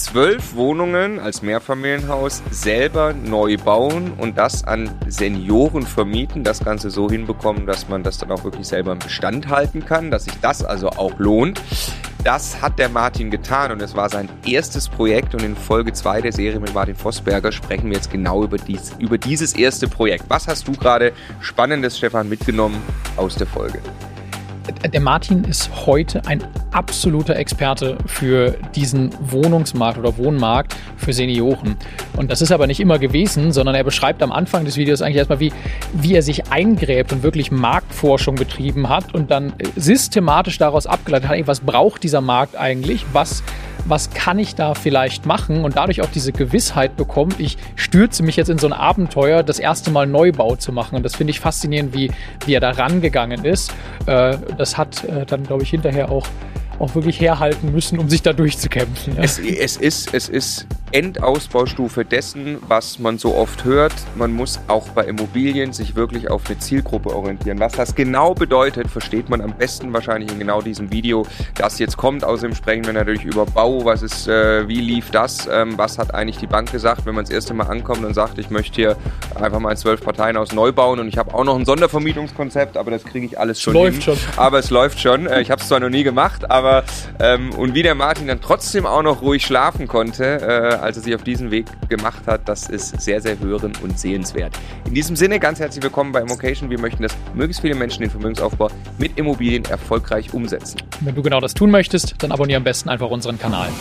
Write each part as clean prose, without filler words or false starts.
12 Wohnungen als Mehrfamilienhaus selber neu bauen und das an Senioren vermieten. Das Ganze so hinbekommen, dass man das dann auch wirklich selber im Bestand halten kann, dass sich das also auch lohnt. Das hat der Martin getan und es war sein erstes Projekt und in Folge 2 der Serie mit Martin Vossberger sprechen wir jetzt genau über dieses erste Projekt. Was hast du gerade Spannendes, Stefan, mitgenommen aus der Folge? Der Martin ist heute ein absoluter Experte für diesen Wohnungsmarkt oder Wohnmarkt für Senioren. Und das ist aber nicht immer gewesen, sondern er beschreibt am Anfang des Videos eigentlich erstmal, wie er sich eingräbt und wirklich Marktforschung betrieben hat und dann systematisch daraus abgeleitet hat, was braucht dieser Markt eigentlich, was kann ich da vielleicht machen und dadurch auch diese Gewissheit bekommt, ich stürze mich jetzt in so ein Abenteuer, das erste Mal Neubau zu machen. Und das finde ich faszinierend, wie er da rangegangen ist. Das hat dann, glaube ich, hinterher auch wirklich herhalten müssen, um sich da durchzukämpfen. Ja. Es ist Endausbaustufe dessen, was man so oft hört. Man muss auch bei Immobilien sich wirklich auf eine Zielgruppe orientieren. Was das genau bedeutet, versteht man am besten wahrscheinlich in genau diesem Video, das jetzt kommt. Außerdem sprechen wir natürlich über Bau. Wie lief das? Was hat eigentlich die Bank gesagt, wenn man das erste Mal ankommt und sagt, ich möchte hier einfach mal in 12 Parteien neu bauen und ich habe auch noch ein Sondervermietungskonzept, aber das kriege ich alles schon hin. Aber es läuft schon. Ich habe es zwar noch nie gemacht, aber und wie der Martin dann trotzdem auch noch ruhig schlafen konnte, als er sich auf diesen Weg gemacht hat, das ist sehr, sehr hören und sehenswert. In diesem Sinne, ganz herzlich willkommen bei Immocation. Wir möchten, dass möglichst viele Menschen den Vermögensaufbau mit Immobilien erfolgreich umsetzen. Wenn du genau das tun möchtest, dann abonniere am besten einfach unseren Kanal.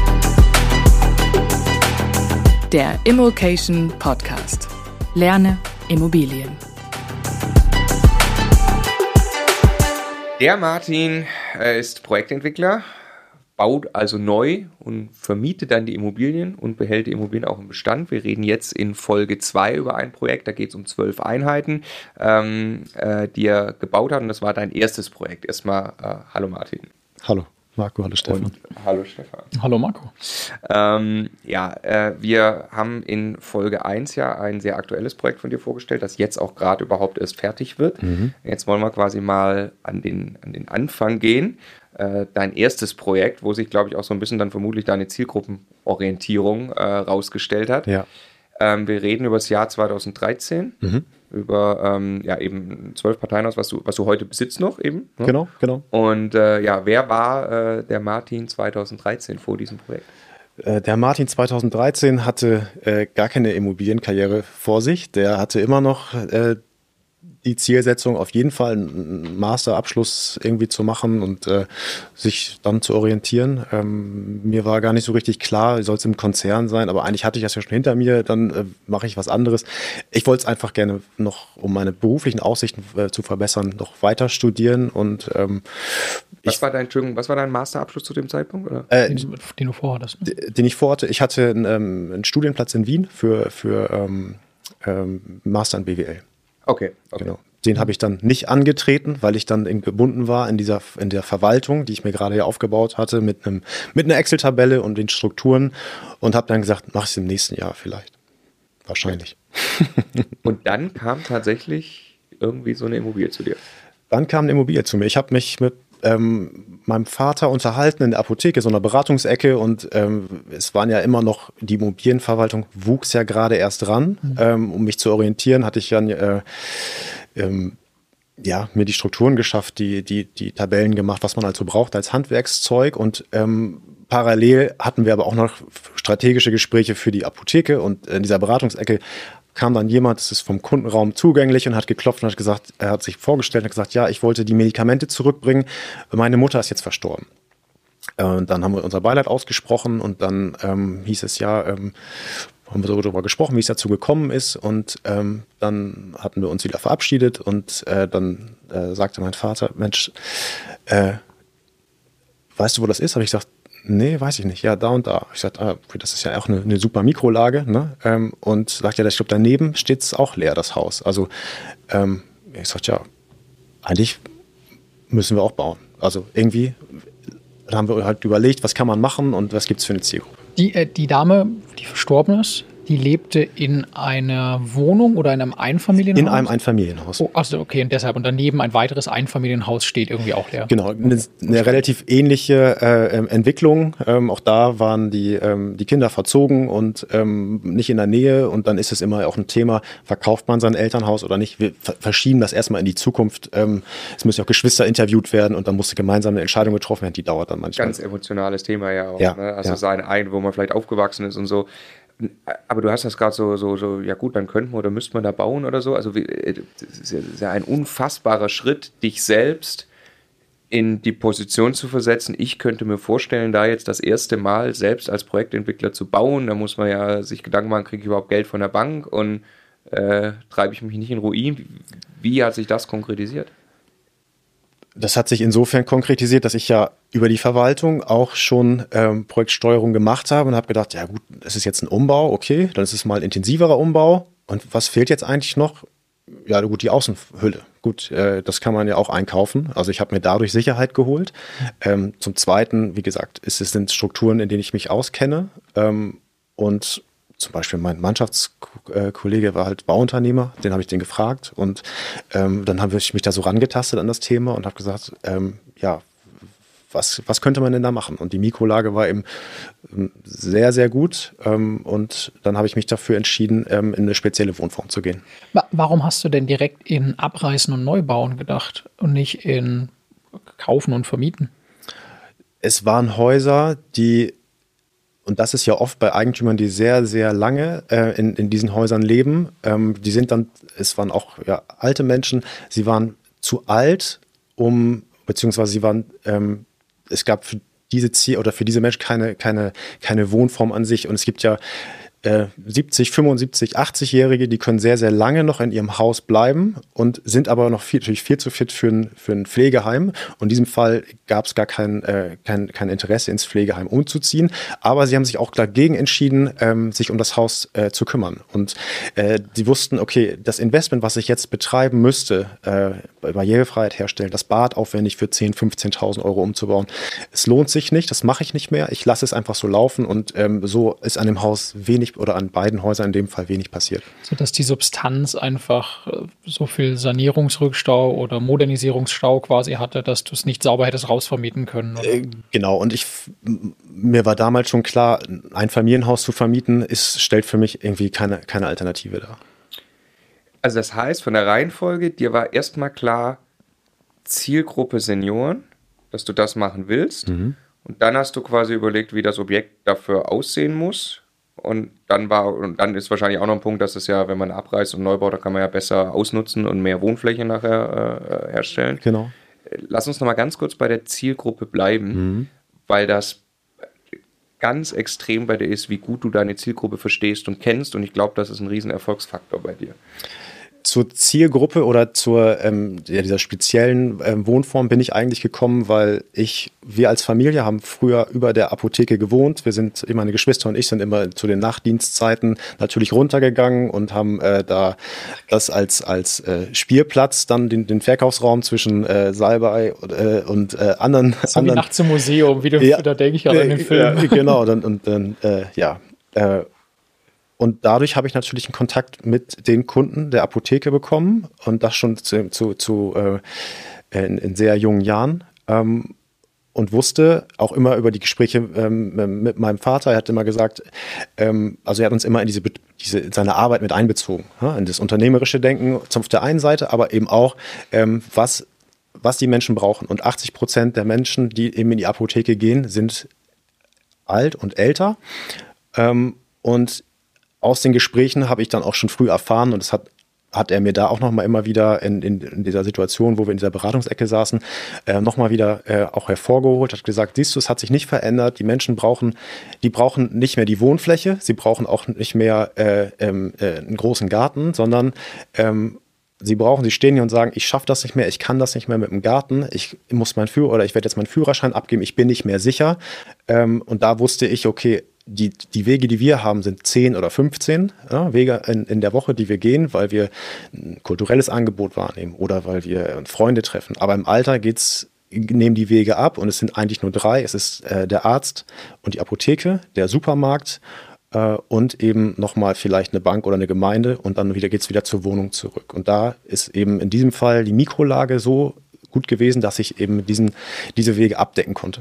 Der Immocation Podcast. Lerne Immobilien. Der Martin ist Projektentwickler, baut also neu und vermietet dann die Immobilien und behält die Immobilien auch im Bestand. Wir reden jetzt in Folge 2 über ein Projekt, da geht es um 12 Einheiten, die er gebaut hat und das war dein erstes Projekt. Erstmal hallo Martin. Hallo Marco, hallo Stefan. Und hallo Stefan. Hallo Marco. Wir haben in Folge 1 ja ein sehr aktuelles Projekt von dir vorgestellt, das jetzt auch gerade überhaupt erst fertig wird. Jetzt wollen wir quasi mal an den Anfang gehen. Dein erstes Projekt, wo sich, glaube ich, auch so ein bisschen dann vermutlich deine Zielgruppenorientierung rausgestellt hat. Ja. Wir reden über das Jahr 2013, über eben 12 Parteien was du heute besitzt noch eben. Ne? Genau. Und wer war der Martin 2013 vor diesem Projekt? Der Martin 2013 hatte gar keine Immobilienkarriere vor sich. Der hatte immer noch die Zielsetzung, auf jeden Fall einen Masterabschluss irgendwie zu machen und sich dann zu orientieren. Mir war gar nicht so richtig klar, soll es im Konzern sein, aber eigentlich hatte ich das ja schon hinter mir, dann mache ich was anderes. Ich wollte es einfach gerne noch, um meine beruflichen Aussichten zu verbessern, noch weiter studieren und was war dein Masterabschluss zu dem Zeitpunkt? Oder? Den du vorhattest. Ne? Den ich vorhatte. Ich hatte einen Studienplatz in Wien für Master in BWL. Okay. Genau. Den habe ich dann nicht angetreten, weil ich dann gebunden war in der Verwaltung, die ich mir gerade hier aufgebaut hatte, mit einer Excel-Tabelle und den Strukturen und habe dann gesagt, mach ich es im nächsten Jahr vielleicht. Wahrscheinlich. Und dann kam tatsächlich irgendwie so eine Immobilie zu dir? Dann kam eine Immobilie zu mir. Ich habe mich mit meinem Vater unterhalten in der Apotheke, so einer Beratungsecke und es waren ja immer noch, die Immobilienverwaltung wuchs ja gerade erst ran. Um mich zu orientieren, hatte ich dann mir die Strukturen geschafft, die Tabellen gemacht, was man also braucht als Handwerkszeug und parallel hatten wir aber auch noch strategische Gespräche für die Apotheke und in dieser Beratungsecke kam dann jemand, das ist vom Kundenraum zugänglich und hat geklopft und hat gesagt, er hat sich vorgestellt und hat gesagt, ja, ich wollte die Medikamente zurückbringen, meine Mutter ist jetzt verstorben. Und dann haben wir unser Beileid ausgesprochen und dann hieß es haben wir so darüber gesprochen, wie es dazu gekommen ist und dann hatten wir uns wieder verabschiedet und dann sagte mein Vater, Mensch, weißt du, wo das ist? Habe ich gesagt, nee, weiß ich nicht. Ja, da und da. Ich sagte, das ist ja auch eine super Mikrolage. Ne? Und sagt ja, ich glaube, daneben steht es auch leer, das Haus. Also ich sagte, ja, eigentlich müssen wir auch bauen. Also irgendwie haben wir halt überlegt, was kann man machen und was gibt es für eine Zielgruppe. Die Dame, die verstorben ist, Die lebte in einer Wohnung oder in einem Einfamilienhaus? In einem Einfamilienhaus. Oh, also okay, und deshalb. Und daneben ein weiteres Einfamilienhaus steht irgendwie auch leer. Genau, eine relativ ähnliche Entwicklung. Auch da waren die Kinder verzogen und nicht in der Nähe. Und dann ist es immer auch ein Thema, verkauft man sein Elternhaus oder nicht? Wir verschieben das erstmal in die Zukunft. Es müssen auch Geschwister interviewt werden und dann musste gemeinsam eine Entscheidung getroffen werden. Die dauert dann manchmal. Ganz emotionales Thema ja auch. Ja, ne? Also ja. sein ein, wo man vielleicht aufgewachsen ist und so. Aber du hast das gerade so, ja gut, dann könnte man oder müsste man da bauen oder so. Also das ist ja ein unfassbarer Schritt, dich selbst in die Position zu versetzen. Ich könnte mir vorstellen, da jetzt das erste Mal selbst als Projektentwickler zu bauen, da muss man ja sich Gedanken machen, kriege ich überhaupt Geld von der Bank und treibe ich mich nicht in Ruin? Wie hat sich das konkretisiert? Das hat sich insofern konkretisiert, dass ich ja über die Verwaltung auch schon Projektsteuerung gemacht habe und habe gedacht, ja gut, es ist jetzt ein Umbau, okay, dann ist es mal ein intensiverer Umbau. Und was fehlt jetzt eigentlich noch? Ja gut, die Außenhülle. Gut, das kann man ja auch einkaufen. Also ich habe mir dadurch Sicherheit geholt. Zum Zweiten, wie gesagt, sind Strukturen, in denen ich mich auskenne. Und zum Beispiel mein Mannschaftskollege war halt Bauunternehmer, den habe ich den gefragt und dann habe ich mich da so rangetastet an das Thema und habe gesagt, ja, was könnte man denn da machen? Und die Mikrolage war eben sehr, sehr gut und dann habe ich mich dafür entschieden, in eine spezielle Wohnform zu gehen. Warum hast du denn direkt in Abreißen und Neubauen gedacht und nicht in Kaufen und Vermieten? Es waren Häuser, und das ist ja oft bei Eigentümern, die sehr, sehr lange in diesen Häusern leben. Es waren auch alte Menschen, sie waren zu alt, beziehungsweise es gab für diese Menschen keine Wohnform an sich. Und es gibt ja 70, 75, 80-Jährige, die können sehr, sehr lange noch in ihrem Haus bleiben und sind aber noch natürlich viel zu fit für ein Pflegeheim. Und in diesem Fall gab es gar kein Interesse, ins Pflegeheim umzuziehen. Aber sie haben sich auch dagegen entschieden, sich um das Haus zu kümmern. Und sie wussten, okay, das Investment, was ich jetzt betreiben müsste, Barrierefreiheit herstellen, das Bad aufwendig für 10.000, 15.000 Euro umzubauen, es lohnt sich nicht, das mache ich nicht mehr. Ich lasse es einfach so laufen und so ist an dem Haus wenig oder an beiden Häusern in dem Fall wenig passiert. Sodass die Substanz einfach so viel Sanierungsrückstau oder Modernisierungsstau quasi hatte, dass du es nicht sauber hättest rausvermieten können. Oder? Genau, und mir war damals schon klar, ein Familienhaus zu vermieten, stellt für mich irgendwie keine Alternative dar. Also das heißt, von der Reihenfolge, dir war erstmal klar, Zielgruppe Senioren, dass du das machen willst. Mhm. Und dann hast du quasi überlegt, wie das Objekt dafür aussehen muss. Und dann ist wahrscheinlich auch noch ein Punkt, dass es ja, wenn man abreißt und neu baut, da kann man ja besser ausnutzen und mehr Wohnfläche nachher herstellen. Genau. Lass uns noch mal ganz kurz bei der Zielgruppe bleiben, weil das ganz extrem bei dir ist, wie gut du deine Zielgruppe verstehst und kennst. Und ich glaube, das ist ein riesen Erfolgsfaktor bei dir. Zur Zielgruppe oder dieser speziellen Wohnform bin ich eigentlich gekommen, weil wir als Familie haben früher über der Apotheke gewohnt. Meine Geschwister und ich sind immer zu den Nachtdienstzeiten natürlich runtergegangen und haben da das als Spielplatz dann den Verkaufsraum zwischen Salbei und anderen. So wie nachts im Museum, da denke ich an den Film. Ja, genau, Und dadurch habe ich natürlich einen Kontakt mit den Kunden der Apotheke bekommen und das schon in sehr jungen Jahren und wusste auch immer über die Gespräche mit meinem Vater. Er hat immer gesagt, also er hat uns immer in seine Arbeit mit einbezogen, in das unternehmerische Denken auf der einen Seite, aber eben auch was die Menschen brauchen. Und 80% der Menschen, die eben in die Apotheke gehen, sind alt und älter und aus den Gesprächen habe ich dann auch schon früh erfahren und das hat er mir da auch nochmal immer wieder in dieser Situation, wo wir in dieser Beratungsecke saßen, nochmal wieder auch hervorgeholt, hat gesagt, siehst du, es hat sich nicht verändert, die Menschen brauchen nicht mehr die Wohnfläche, sie brauchen auch nicht mehr einen großen Garten, sondern sie stehen hier und sagen, ich schaffe das nicht mehr, ich kann das nicht mehr mit dem Garten, ich werde jetzt meinen Führerschein abgeben, ich bin nicht mehr sicher und da wusste ich, okay, die Wege, die wir haben, sind 10 oder 15 Wege in der Woche, die wir gehen, weil wir ein kulturelles Angebot wahrnehmen oder weil wir Freunde treffen. Aber im Alter nehmen die Wege ab und es sind eigentlich nur 3. Es ist der Arzt und die Apotheke, der Supermarkt und eben nochmal vielleicht eine Bank oder eine Gemeinde und dann geht es wieder zur Wohnung zurück. Und da ist eben in diesem Fall die Mikrolage so gut gewesen, dass ich eben diese Wege abdecken konnte.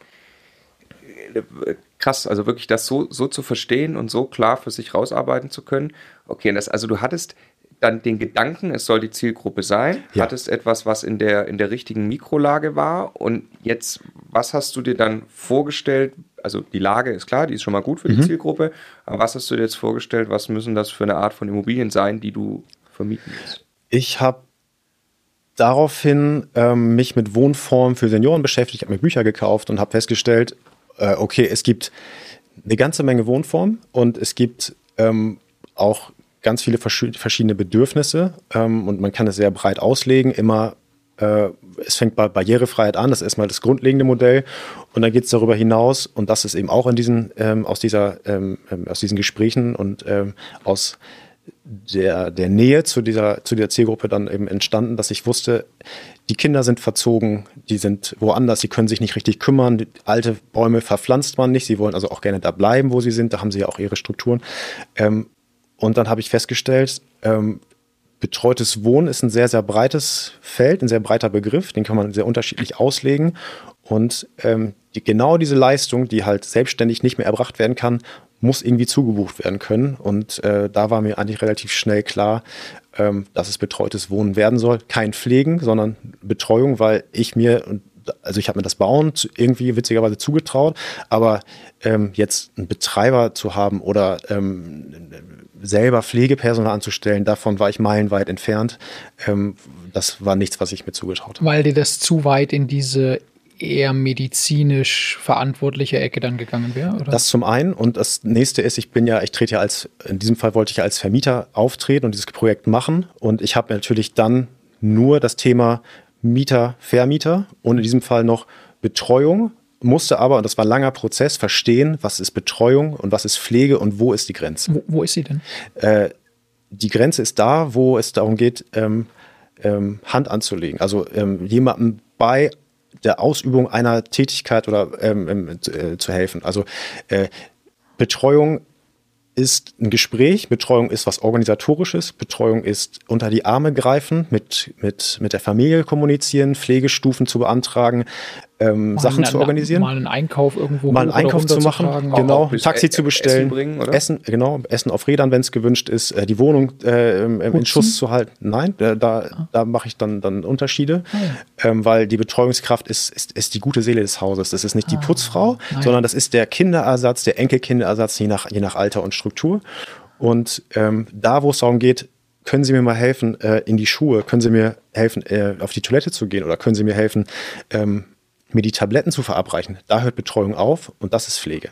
Krass, also wirklich das so zu verstehen und so klar für sich rausarbeiten zu können. Okay, also du hattest dann den Gedanken, es soll die Zielgruppe sein, hattest etwas, was in der richtigen Mikrolage war und jetzt, was hast du dir dann vorgestellt? Also die Lage ist klar, die ist schon mal gut für die Zielgruppe, aber was hast du dir jetzt vorgestellt, was müssen das für eine Art von Immobilien sein, die du vermieten willst? Ich habe daraufhin mich mit Wohnformen für Senioren beschäftigt, habe mir Bücher gekauft und habe festgestellt, okay, es gibt eine ganze Menge Wohnformen und es gibt auch ganz viele verschiedene Bedürfnisse und man kann es sehr breit auslegen. Es fängt bei Barrierefreiheit an, das ist erstmal das grundlegende Modell und dann geht es darüber hinaus und das ist eben auch aus diesen Gesprächen und aus der Nähe zu dieser Zielgruppe dann eben entstanden, dass ich wusste, die Kinder sind verzogen, die sind woanders, sie können sich nicht richtig kümmern, alte Bäume verpflanzt man nicht, sie wollen also auch gerne da bleiben, wo sie sind, da haben sie ja auch ihre Strukturen. Und dann habe ich festgestellt, betreutes Wohnen ist ein sehr, sehr breites Feld, ein sehr breiter Begriff, den kann man sehr unterschiedlich auslegen. Und genau diese Leistung, die halt selbstständig nicht mehr erbracht werden kann, muss irgendwie zugebucht werden können. Und da war mir eigentlich relativ schnell klar, dass es betreutes Wohnen werden soll. Kein Pflegen, sondern Betreuung, weil ich habe mir das Bauen irgendwie witzigerweise zugetraut, aber jetzt einen Betreiber zu haben oder selber Pflegepersonal anzustellen, davon war ich meilenweit entfernt. Das war nichts, was ich mir zugetraut habe. Weil dir das zu weit in diese eher medizinisch verantwortliche Ecke dann gegangen wäre, oder? Das zum einen und das nächste ist, in diesem Fall wollte ich als Vermieter auftreten und dieses Projekt machen und ich habe natürlich dann nur das Thema Mieter, Vermieter und in diesem Fall noch Betreuung, musste aber, und das war ein langer Prozess, verstehen, was ist Betreuung und was ist Pflege und wo ist die Grenze. Wo ist sie denn? Die Grenze ist da, wo es darum geht, Hand anzulegen. Also jemandem bei der Ausübung einer Tätigkeit oder zu helfen. Also Betreuung ist ein Gespräch, Betreuung ist was Organisatorisches, Betreuung ist unter die Arme greifen, mit der Familie kommunizieren, Pflegestufen zu beantragen, Sachen zu organisieren. Mal einen Einkauf irgendwo. Mal einen Einkauf zu machen, genau, ein Taxi zu bestellen. Essen bringen, oder? Essen auf Rädern, wenn es gewünscht ist, die Wohnung in Schuss zu halten. Nein, da mache ich dann Unterschiede, weil die Betreuungskraft ist die gute Seele des Hauses. Das ist nicht die Putzfrau, sondern das ist der Kinderersatz, der Enkelkinderersatz, je nach Alter und Struktur. Und da, wo es darum geht, können Sie mir mal helfen in die Schuhe, können Sie mir helfen auf die Toilette zu gehen oder können Sie mir helfen mir die Tabletten zu verabreichen, da hört Betreuung auf und das ist Pflege.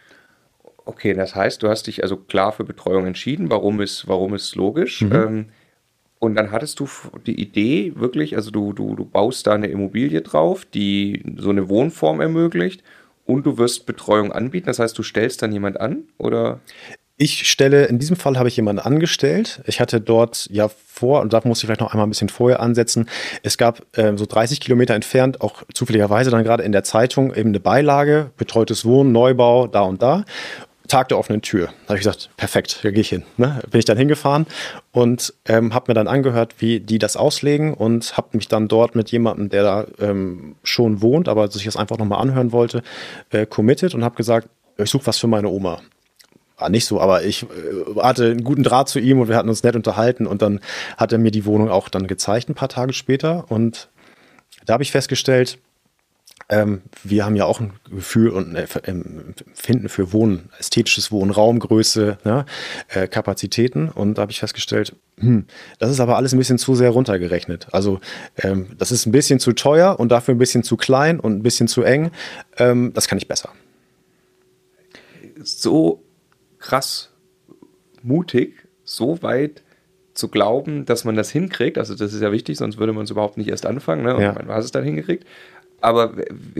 Okay, das heißt, du hast dich also klar für Betreuung entschieden, warum ist logisch. Und dann hattest du die Idee wirklich, also du baust da eine Immobilie drauf, die so eine Wohnform ermöglicht und du wirst Betreuung anbieten, das heißt, du stellst dann jemand an, oder? In diesem Fall habe ich jemanden angestellt. Ich hatte dort und da muss ich vielleicht noch einmal ein bisschen vorher ansetzen. Es gab so 30 Kilometer entfernt, auch zufälligerweise dann gerade in der Zeitung, eben eine Beilage, betreutes Wohnen, Neubau, da und da. Tag der offenen Tür. Da habe ich gesagt, perfekt, da gehe ich hin. Ne? Bin ich dann hingefahren und habe mir dann angehört, wie die das auslegen und habe mich dann dort mit jemandem, der da schon wohnt, aber sich das einfach nochmal anhören wollte, committed und habe gesagt, ich suche was für meine Oma. War nicht so, aber ich hatte einen guten Draht zu ihm und wir hatten uns nett unterhalten und dann hat er mir die Wohnung auch dann gezeigt ein paar Tage später und da habe ich festgestellt, wir haben ja auch ein Gefühl und ein Empfinden für Wohnen, ästhetisches Wohnen, Raumgröße, ne, Kapazitäten und da habe ich festgestellt, das ist aber alles ein bisschen zu sehr runtergerechnet. Also das ist ein bisschen zu teuer und dafür ein bisschen zu klein und ein bisschen zu eng. Das kann ich besser. So krass mutig, so weit zu glauben, dass man das hinkriegt. Also das ist ja wichtig, sonst würde man es überhaupt nicht erst anfangen. Ne? Und man hat es dann hingekriegt. Aber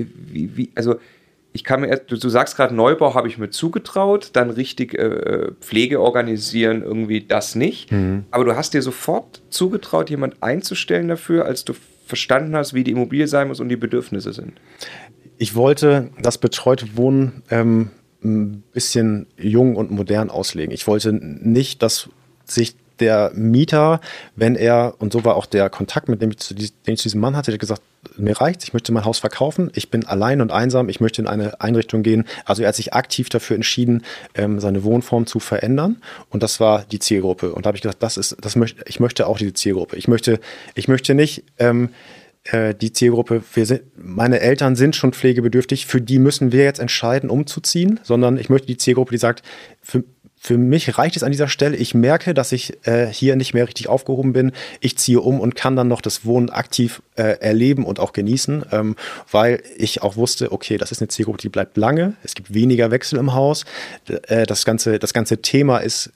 ich kann mir du sagst gerade, Neubau habe ich mir zugetraut, dann richtig Pflege organisieren, irgendwie das nicht. Aber du hast dir sofort zugetraut, jemand einzustellen dafür, als du verstanden hast, wie die Immobilie sein muss und die Bedürfnisse sind. Ich wollte das betreute Wohnen ein bisschen jung und modern auslegen. Ich wollte nicht, dass sich der Mieter, wenn er, und so war auch der Kontakt, mit dem ich zu diesem Mann hatte, der hat gesagt, mir reicht's, ich möchte mein Haus verkaufen, ich bin allein und einsam, ich möchte in eine Einrichtung gehen. Also er hat sich aktiv dafür entschieden, seine Wohnform zu verändern, und das war die Zielgruppe. Und da habe ich gesagt, ich möchte auch diese Zielgruppe. Ich möchte nicht die Zielgruppe, meine Eltern sind schon pflegebedürftig, für die müssen wir jetzt entscheiden, umzuziehen, sondern ich möchte die Zielgruppe, die sagt, für mich reicht es an dieser Stelle. Ich merke, dass ich hier nicht mehr richtig aufgehoben bin. Ich ziehe um und kann dann noch das Wohnen aktiv erleben und auch genießen, weil ich auch wusste, okay, das ist eine Zielgruppe, die bleibt lange. Es gibt weniger Wechsel im Haus. Das ganze Thema ist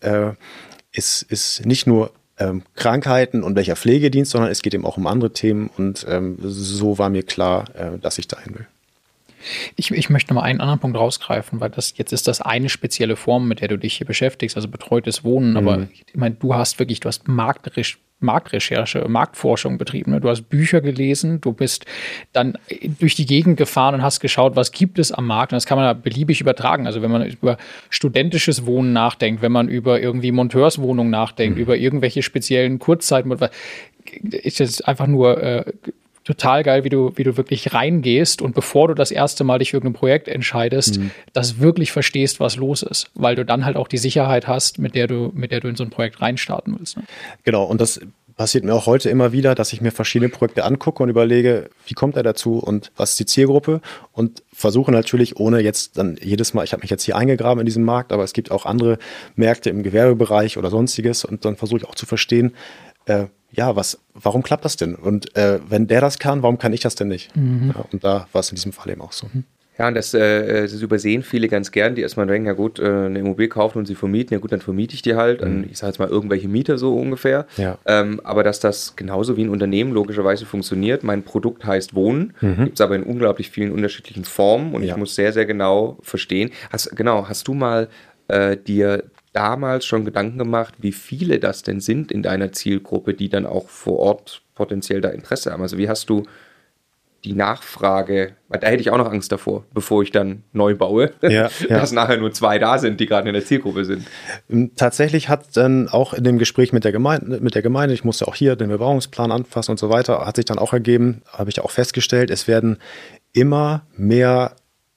nicht nur Krankheiten und welcher Pflegedienst, sondern es geht eben auch um andere Themen. Und so war mir klar, dass ich dahin will. Ich möchte noch mal einen anderen Punkt rausgreifen, weil jetzt ist das eine spezielle Form, mit der du dich hier beschäftigst, also betreutes Wohnen. Aber ich meine, du hast Marktrecherche, Marktforschung betrieben. Ne? Du hast Bücher gelesen, du bist dann durch die Gegend gefahren und hast geschaut, was gibt es am Markt. Und das kann man ja beliebig übertragen. Also wenn man über studentisches Wohnen nachdenkt, wenn man über irgendwie Monteurswohnungen nachdenkt, über irgendwelche speziellen Kurzzeiten, ist das einfach nur total geil, wie du wirklich reingehst und bevor du das erste Mal dich für irgendein Projekt entscheidest, das wirklich verstehst, was los ist, weil du dann halt auch die Sicherheit hast, mit der du in so ein Projekt reinstarten willst. Ne? Genau, und das passiert mir auch heute immer wieder, dass ich mir verschiedene Projekte angucke und überlege, wie kommt er dazu und was ist die Zielgruppe, und versuche natürlich, ohne jetzt dann jedes Mal, ich habe mich jetzt hier eingegraben in diesem Markt, aber es gibt auch andere Märkte im Gewerbebereich oder sonstiges, und dann versuche ich auch zu verstehen, warum klappt das denn? Und wenn der das kann, warum kann ich das denn nicht? Ja, und da war es in diesem Fall eben auch so. Ja, und das übersehen viele ganz gern, die erstmal denken, ja gut, eine Immobilie kaufen und sie vermieten, ja gut, dann vermiete ich die halt an, ich sage jetzt mal, irgendwelche Mieter so ungefähr. Ja. Aber dass das genauso wie ein Unternehmen logischerweise funktioniert, mein Produkt heißt Wohnen, gibt es aber in unglaublich vielen unterschiedlichen Formen, und ich muss sehr, sehr genau verstehen. Hast du mal dir damals schon Gedanken gemacht, wie viele das denn sind in deiner Zielgruppe, die dann auch vor Ort potenziell da Interesse haben? Also wie hast du die Nachfrage, weil da hätte ich auch noch Angst davor, bevor ich dann neu baue, dass nachher nur 2 da sind, die gerade in der Zielgruppe sind. Tatsächlich hat dann auch in dem Gespräch mit der Gemeinde, ich musste auch hier den Bebauungsplan anfassen und so weiter, hat sich dann auch ergeben, habe ich auch festgestellt, es werden immer mehr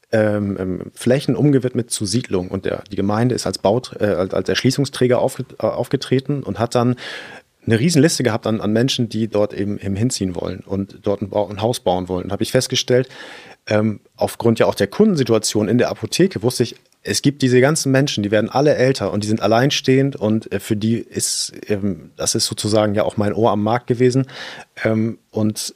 Flächen umgewidmet zu Siedlung, und die Gemeinde ist als Erschließungsträger aufgetreten und hat dann eine Riesenliste gehabt an Menschen, die dort eben hinziehen wollen und dort ein Haus bauen wollen. Und habe ich festgestellt, aufgrund ja auch der Kundensituation in der Apotheke wusste ich, es gibt diese ganzen Menschen, die werden alle älter und die sind alleinstehend, und für die ist, das ist sozusagen ja auch mein Ohr am Markt gewesen, und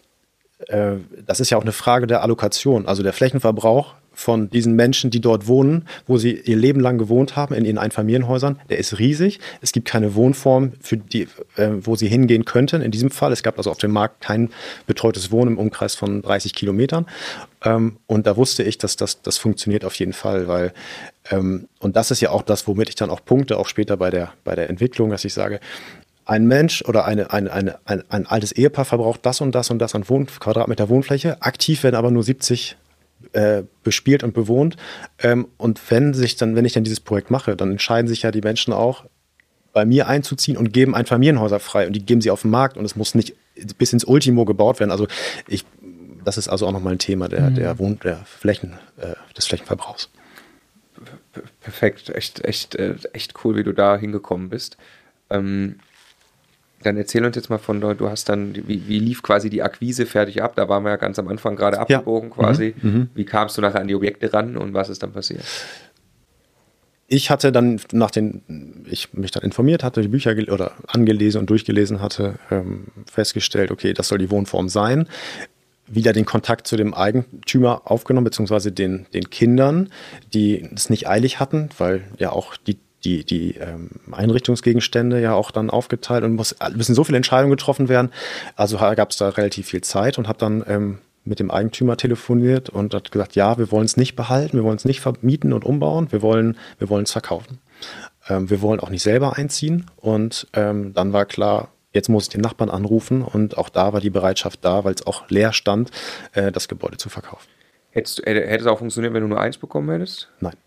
das ist ja auch eine Frage der Allokation, also der Flächenverbrauch von diesen Menschen, die dort wohnen, wo sie ihr Leben lang gewohnt haben, in ihren Einfamilienhäusern, der ist riesig. Es gibt keine Wohnform, für die, wo sie hingehen könnten. In diesem Fall, es gab also auf dem Markt kein betreutes Wohnen im Umkreis von 30 Kilometern. Und da wusste ich, dass das funktioniert auf jeden Fall, weil, und das ist ja auch das, womit ich dann auch punkte, auch später bei der Entwicklung, dass ich sage, ein Mensch oder ein altes Ehepaar verbraucht das und das und das an Quadratmeter Wohnfläche. Aktiv werden aber nur 70 bespielt und bewohnt. Und wenn ich dann dieses Projekt mache, dann entscheiden sich ja die Menschen auch, bei mir einzuziehen und geben Einfamilienhäuser frei. Und die geben sie auf den Markt, und es muss nicht bis ins Ultimo gebaut werden. Also das ist also auch nochmal ein Thema des Flächenverbrauchs. Perfekt, echt cool, wie du da hingekommen bist. Dann erzähl uns jetzt mal du hast dann, wie lief quasi die Akquise fertig ab? Da waren wir ja ganz am Anfang gerade abgebogen quasi. Wie kamst du nachher an die Objekte ran und was ist dann passiert? Ich hatte dann, ich mich dann informiert hatte, die Bücher angelesen und durchgelesen hatte, festgestellt, okay, das soll die Wohnform sein. Wieder den Kontakt zu dem Eigentümer aufgenommen, beziehungsweise den Kindern, die es nicht eilig hatten, weil ja auch die Einrichtungsgegenstände ja auch dann aufgeteilt und müssen so viele Entscheidungen getroffen werden. Also gab es da relativ viel Zeit, und habe dann mit dem Eigentümer telefoniert und hat gesagt, ja, wir wollen es nicht behalten, wir wollen es nicht vermieten und umbauen, wir wollen es verkaufen. Wir wollen auch nicht selber einziehen, und dann war klar, jetzt muss ich den Nachbarn anrufen, und auch da war die Bereitschaft da, weil es auch leer stand, das Gebäude zu verkaufen. Hätte es auch funktioniert, wenn du nur 1 bekommen hättest? Nein.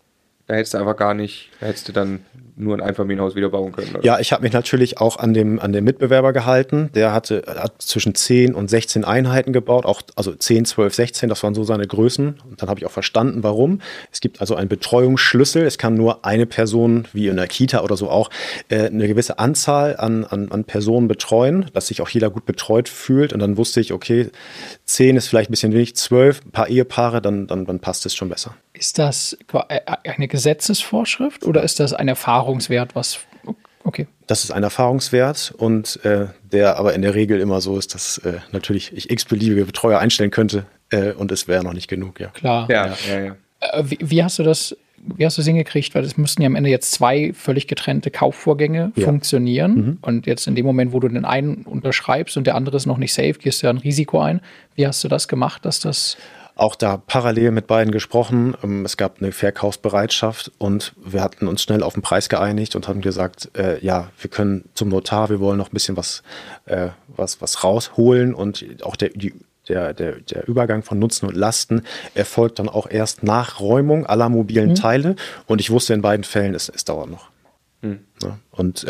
Da hättest du einfach da hättest du dann nur ein Einfamilienhaus wieder bauen können. Oder? Ja, ich habe mich natürlich auch an dem Mitbewerber gehalten. Der hat zwischen 10 und 16 Einheiten gebaut, also 10, 12, 16, das waren so seine Größen. Und dann habe ich auch verstanden, warum. Es gibt also einen Betreuungsschlüssel. Es kann nur eine Person, wie in der Kita oder so auch, eine gewisse Anzahl an Personen betreuen, dass sich auch jeder gut betreut fühlt. Und dann wusste ich, okay, 10 ist vielleicht ein bisschen wenig, 12, ein paar Ehepaare, dann passt es schon besser. Ist das eine Gesetzesvorschrift oder ist das ein Erfahrungswert, okay. Das ist ein Erfahrungswert und der aber in der Regel immer so ist, dass natürlich ich x-beliebige Betreuer einstellen könnte und es wäre noch nicht genug, ja. Klar. Ja. Wie hast du das hingekriegt? Weil es müssten ja am Ende jetzt 2 völlig getrennte Kaufvorgänge funktionieren. Und jetzt in dem Moment, wo du den einen unterschreibst und der andere ist noch nicht safe, gehst du ja ein Risiko ein. Wie hast du das gemacht, dass das... Auch da parallel mit beiden gesprochen. Es gab eine Verkaufsbereitschaft und wir hatten uns schnell auf den Preis geeinigt und haben gesagt, ja, wir können zum Notar, wir wollen noch ein bisschen was rausholen und auch der Übergang von Nutzen und Lasten erfolgt dann auch erst nach Räumung aller mobilen Teile und ich wusste in beiden Fällen, es dauert noch. Ja, und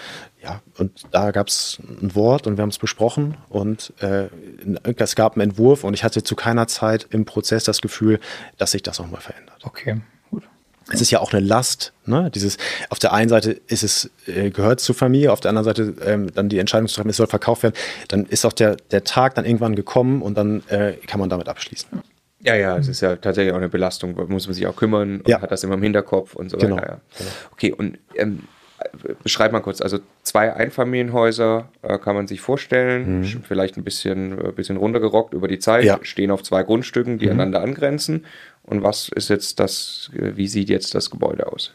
da gab es ein Wort und wir haben es besprochen und es gab einen Entwurf und ich hatte zu keiner Zeit im Prozess das Gefühl, dass sich das nochmal verändert. Okay, gut. Es ist ja auch eine Last, ne? Auf der einen Seite gehört es zur Familie, auf der anderen Seite dann die Entscheidung zu treffen, es soll verkauft werden, dann ist auch der Tag dann irgendwann gekommen und dann kann man damit abschließen. Ja, es ist ja tatsächlich auch eine Belastung, muss man sich auch kümmern und hat das immer im Hinterkopf und so weiter. Genau. Ja. Okay, und beschreib mal kurz, also 2 Einfamilienhäuser kann man sich vorstellen, vielleicht ein bisschen runtergerockt über die Zeit, stehen auf 2 Grundstücken, die einander angrenzen. Und was ist jetzt wie sieht jetzt das Gebäude aus?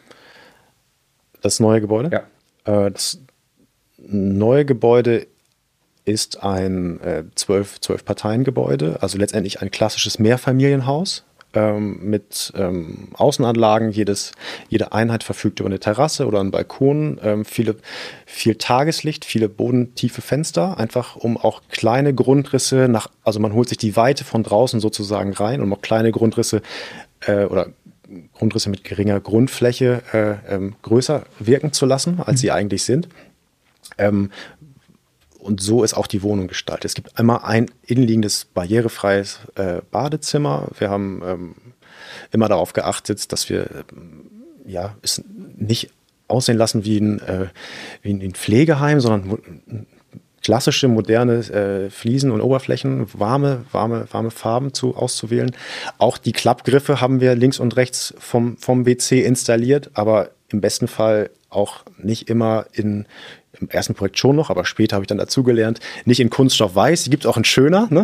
Das neue Gebäude? Ja. Das neue Gebäude ist ein 12-Parteien-Gebäude, also letztendlich ein klassisches Mehrfamilienhaus. Mit Außenanlagen. Jede Einheit verfügt über eine Terrasse oder einen Balkon, viel Tageslicht, viele bodentiefe Fenster, einfach um auch kleine Grundrisse also man holt sich die Weite von draußen sozusagen rein, um auch kleine Grundrisse oder Grundrisse mit geringer Grundfläche größer wirken zu lassen, als sie eigentlich sind. Und so ist auch die Wohnung gestaltet. Es gibt einmal ein innenliegendes, barrierefreies Badezimmer. Wir haben immer darauf geachtet, dass wir es nicht aussehen lassen wie ein Pflegeheim, sondern klassische, moderne Fliesen und Oberflächen, warme Farben auszuwählen. Auch die Klappgriffe haben wir links und rechts vom WC installiert, aber im besten Fall auch nicht immer im ersten Projekt schon noch, aber später habe ich dann dazugelernt, nicht in Kunststoff weiß, die gibt es auch in schöner. Ne?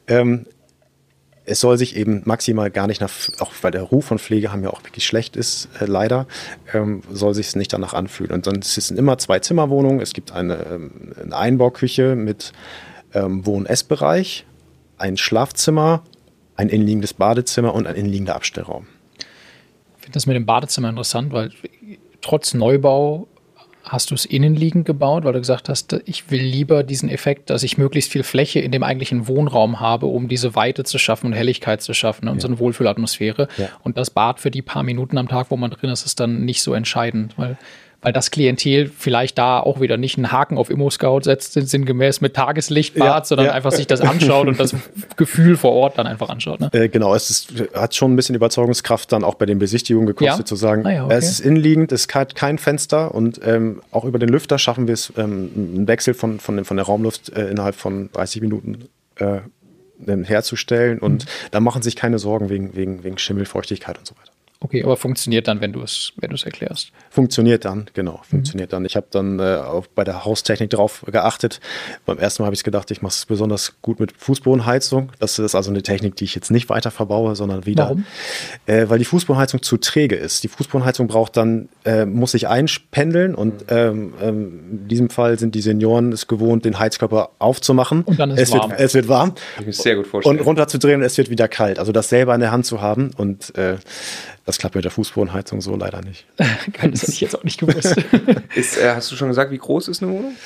Es soll sich eben maximal gar nicht auch weil der Ruf von Pflegeheim ja auch wirklich schlecht ist, leider, soll sich es nicht danach anfühlen. Und dann sind es immer 2-Zimmerwohnungen, es gibt eine Einbauküche mit Wohn- und Essbereich, ein Schlafzimmer, ein innenliegendes Badezimmer und ein innenliegender Abstellraum. Ich finde das mit dem Badezimmer interessant, weil trotz Neubau hast du es innenliegend gebaut, weil du gesagt hast, ich will lieber diesen Effekt, dass ich möglichst viel Fläche in dem eigentlichen Wohnraum habe, um diese Weite zu schaffen und Helligkeit zu schaffen und so eine Wohlfühlatmosphäre. Ja. Und das Bad für die paar Minuten am Tag, wo man drin ist, ist dann nicht so entscheidend, weil das Klientel vielleicht da auch wieder nicht einen Haken auf ImmoScout setzt, sinngemäß mit Tageslichtbad, sondern einfach sich das anschaut und das Gefühl vor Ort dann einfach anschaut. Ne? Genau, hat schon ein bisschen Überzeugungskraft dann auch bei den Besichtigungen gekostet, zu sagen, es ist innenliegend, es ist kein Fenster und auch über den Lüfter schaffen wir es, einen Wechsel von der Raumluft innerhalb von 30 Minuten herzustellen und da machen sich keine Sorgen wegen Schimmel, Feuchtigkeit und so weiter. Okay, aber funktioniert dann, wenn du es erklärst? Funktioniert dann, genau. Funktioniert dann. Ich habe dann auch bei der Haustechnik drauf geachtet. Beim ersten Mal habe ich gedacht, ich mache es besonders gut mit Fußbodenheizung. Das ist also eine Technik, die ich jetzt nicht weiter verbaue, sondern wieder. Warum? Weil die Fußbodenheizung zu träge ist. Die Fußbodenheizung muss sich einpendeln und in diesem Fall sind die Senioren es gewohnt, den Heizkörper aufzumachen. Und dann ist es warm. Es wird warm. Ich kann mir sehr gut vorstellen. Und runterzudrehen und es wird wieder kalt. Also das selber in der Hand zu haben und das klappt mit der Fußbodenheizung so leider nicht. Das hätte ich jetzt auch nicht gewusst. Hast du schon gesagt, wie groß ist eine Wohnung?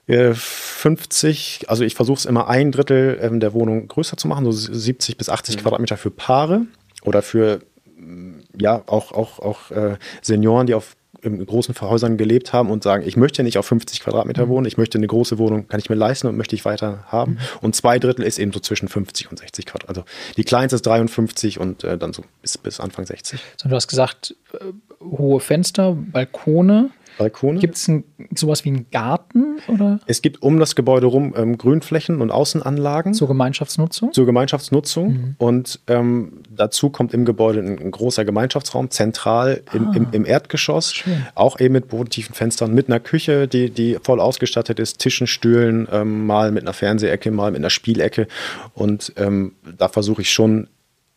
50, also ich versuche es immer 1/3 der Wohnung größer zu machen, so 70 bis 80 Quadratmeter für Paare oder für ja, auch Senioren, die in großen Häusern gelebt haben und sagen, ich möchte nicht auf 50 Quadratmeter wohnen, ich möchte eine große Wohnung, kann ich mir leisten und möchte ich weiter haben. Und 2/3 ist eben so zwischen 50 und 60 Quadratmeter. Also die kleinste ist 53 und dann so bis Anfang 60. So, du hast gesagt, hohe Fenster, Balkone. Gibt es sowas wie einen Garten? Oder? Es gibt um das Gebäude rum Grünflächen und Außenanlagen. Zur Gemeinschaftsnutzung? Zur Gemeinschaftsnutzung. Und dazu kommt im Gebäude ein großer Gemeinschaftsraum, zentral im Erdgeschoss. Schön. Auch eben mit bodentiefen Fenstern, mit einer Küche, die voll ausgestattet ist, Tischen, Stühlen, mal mit einer Fernsehecke, mal mit einer Spielecke. Und da versuche ich schon,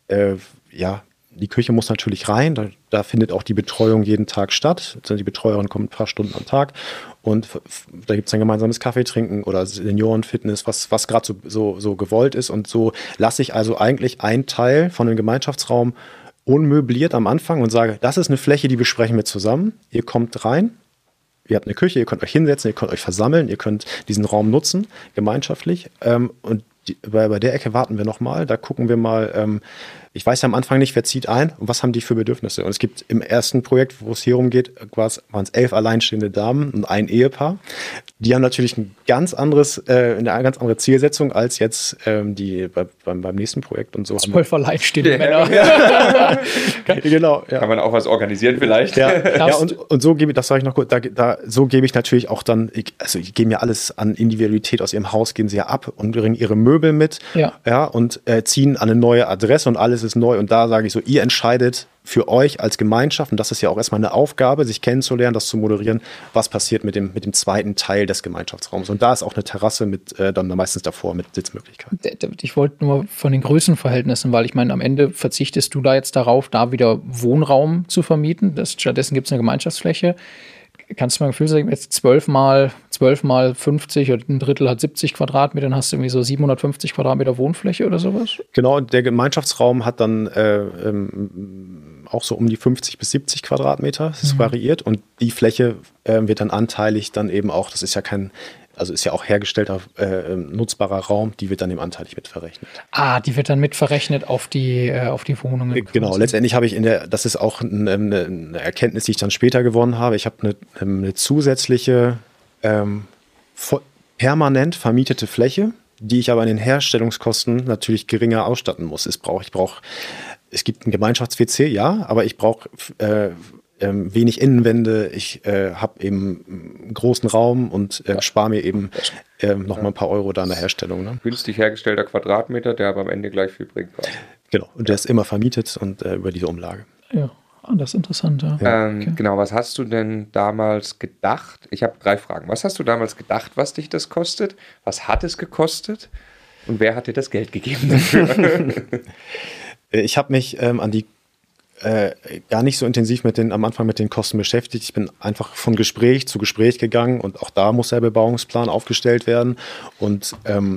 die Küche muss natürlich rein, da findet auch die Betreuung jeden Tag statt. Die Betreuerin kommt ein paar Stunden am Tag und da gibt es dann gemeinsames Kaffeetrinken oder Seniorenfitness, was gerade so gewollt ist. Und so lasse ich also eigentlich einen Teil von dem Gemeinschaftsraum unmöbliert am Anfang und sage, das ist eine Fläche, die besprechen wir zusammen. Ihr kommt rein, ihr habt eine Küche, ihr könnt euch hinsetzen, ihr könnt euch versammeln, ihr könnt diesen Raum nutzen, gemeinschaftlich. Und bei der Ecke warten wir nochmal, da gucken wir mal, ich weiß ja am Anfang nicht, wer zieht ein und was haben die für Bedürfnisse. Und es gibt im ersten Projekt, wo es hier rumgeht, waren es 11 alleinstehende Damen und ein Ehepaar. Die haben natürlich eine ganz andere Zielsetzung als jetzt beim nächsten Projekt und so. 12 alleinstehende Männer. Genau. Ja. Kann man auch was organisieren vielleicht? Ja, und so gebe ich, das sage ich noch kurz, so gebe ich natürlich auch dann, ich gebe mir alles an Individualität aus ihrem Haus, geben sie ja ab und bringen ihre Möbel mit und ziehen an eine neue Adresse und alles ist neu. Und da sage ich so, ihr entscheidet für euch als Gemeinschaft, und das ist ja auch erstmal eine Aufgabe, sich kennenzulernen, das zu moderieren, was passiert mit dem zweiten Teil des Gemeinschaftsraums. Und da ist auch eine Terrasse mit dann meistens davor mit Sitzmöglichkeiten. Ich wollte nur von den Größenverhältnissen, weil ich meine, am Ende verzichtest du da jetzt darauf, da wieder Wohnraum zu vermieten. Stattdessen gibt es eine Gemeinschaftsfläche. Kannst du mal ein Gefühl sagen, jetzt 12 mal 50 oder ein Drittel hat 70 Quadratmeter, dann hast du irgendwie so 750 Quadratmeter Wohnfläche oder sowas? Genau, und der Gemeinschaftsraum hat dann auch so um die 50 bis 70 Quadratmeter, das ist variiert. Und die Fläche wird dann anteilig dann eben auch, das ist ja ist ja auch hergestellter, nutzbarer Raum, die wird dann eben anteilig mitverrechnet. Die wird dann mitverrechnet auf die Wohnungen. Genau, letztendlich habe ich das ist auch eine Erkenntnis, die ich dann später gewonnen habe. Ich habe eine zusätzliche permanent vermietete Fläche, die ich aber an den Herstellungskosten natürlich geringer ausstatten muss. Es gibt ein Gemeinschafts-WC, ja, aber ich brauche wenig Innenwände, ich habe eben einen großen Raum und spare mir eben noch mal ein paar Euro da in der Herstellung. Ne? Günstig hergestellter Quadratmeter, der aber am Ende gleich viel bringt. Genau, und der ist immer vermietet und über diese Umlage. Ja, das ist interessant. Ja. Okay. Genau, was hast du denn damals gedacht? Ich habe 3 Fragen. Was hast du damals gedacht, was dich das kostet? Was hat es gekostet? Und wer hat dir das Geld gegeben dafür? Ich habe mich gar nicht so intensiv am Anfang mit den Kosten beschäftigt. Ich bin einfach von Gespräch zu Gespräch gegangen und auch da muss der Bebauungsplan aufgestellt werden. Und